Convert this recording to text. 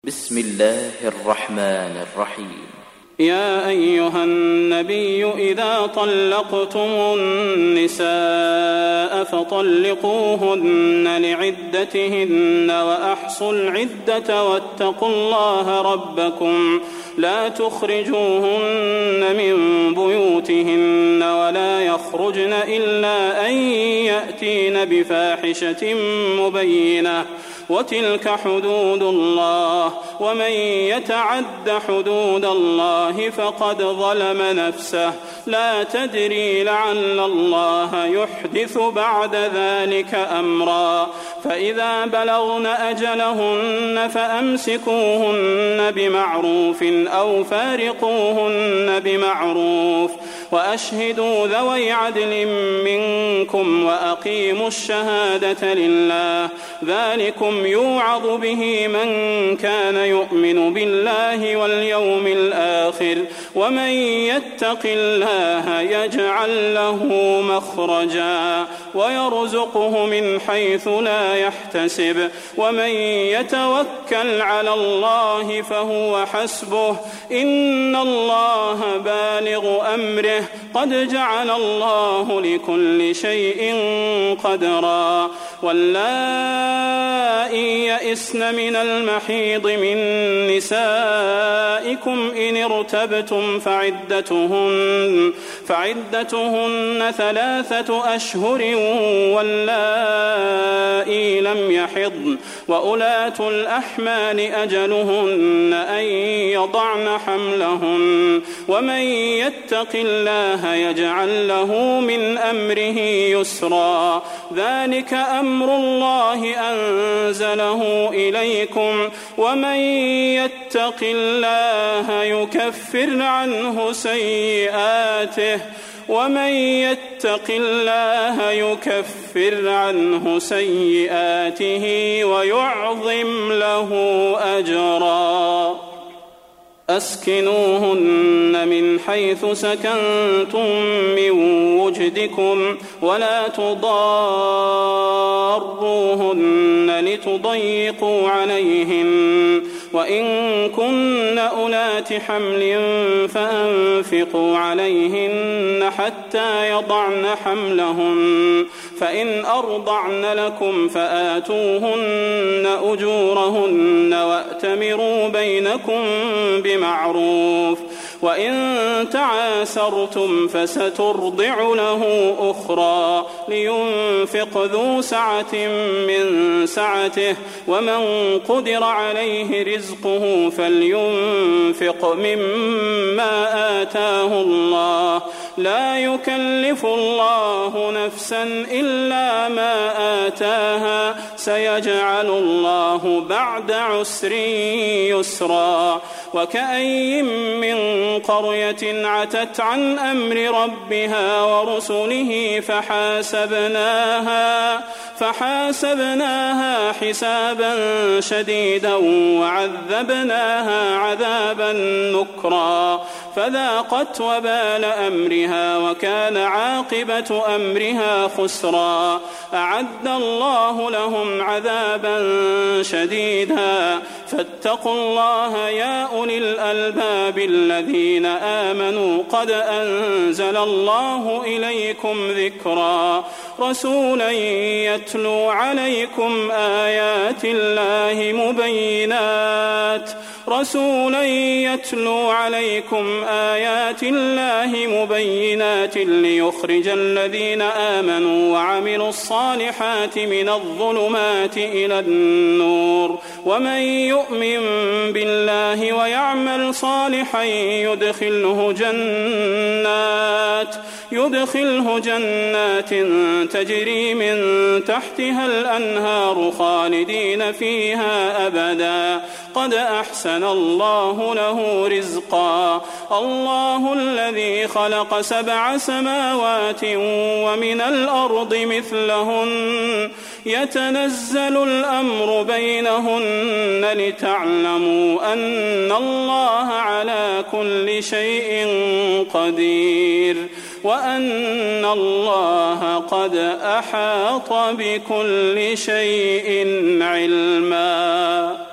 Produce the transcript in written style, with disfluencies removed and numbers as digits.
بسم الله الرحمن الرحيم. يا أيها النبي إذا طلقتم النساء فطلقوهن لعدتهن وأحصوا العدة واتقوا الله ربكم لا تخرجوهن من بيوتهن ولا يخرجن إلا أن يأتين بفاحشة مبينة وتلك حدود الله ومن يتعد حدود الله فقد ظلم نفسه لا تدري لعل الله يحدث بعد ذلك أمرا فإذا بلغن أجلهن فأمسكوهن بمعروف أو فارقوهن بمعروف وأشهدوا ذوي عدل منكم وأقيموا الشهادة لله ذلكم يوعظ به من كان يؤمن بالله واليوم الآخر ومن يتق الله يجعل له مخرجا ويرزقه من حيث لا يحتسب ومن يتوكل على الله فهو حسبه إن الله بالغ أمره قد جعل الله لكل شيء قدرا واللائي يئسن من المحيض من نسائكم إن ارتبتم فعدتهن 3 أشهر واللائي لم يحضن وأولاة الأحمال أجلهن أن يضعن حملهن ومن يتق الله يجعل له من أمره يسرا ذلك أمر الله أنزله إليكم ومن يتق الله يكفر عنه سيئاته ويعظم له أجرا أسكنوهن من حيث سكنتم من وجدكم ولا تضاروهن لتضيقوا عليهن وإن كن أولات حمل فأنفقوا عليهن حتى يضعن حملهن فإن أرضعن لكم فآتوهن أجورهن وأتمروا بينكم بمعروف وإن تعاسرتم فسترضع له أخرى لينفق ذو سعة من سعته ومن قدر عليه رزقه فلينفق مما آتاه الله لا يكلف الله نفسا إلا ما آتاها سيجعل الله بعد عسر يسرا وكأي من قرية عتت عن أمر ربها ورسله فحاسبناها حسابا شديدا وعذبناها عذابا نكرا فذاقت وبال أمرها وكان عاقبة أمرها خسرا أعد الله لهم عذابا شديدا فاتقوا الله يا أولي الألباب الذين آمنوا قد أنزل الله إليكم ذكرا رسولا يتلو عليكم آيات الله مبينات ليخرج الذين آمنوا وعملوا الصالحات من الظلمات إلى النور ومن يؤمن بالله ويعمل صالحا يدخله جنات تجري من تحتها الأنهار خالدين فيها أبدا قد أحسن الله له رزقا الله الذي خلق 7 سماوات ومن الأرض مثلهن يتنزل الأمر بينهن لتعلموا أن الله على كل شيء قدير وأن الله قد أحاط بكل شيء علما.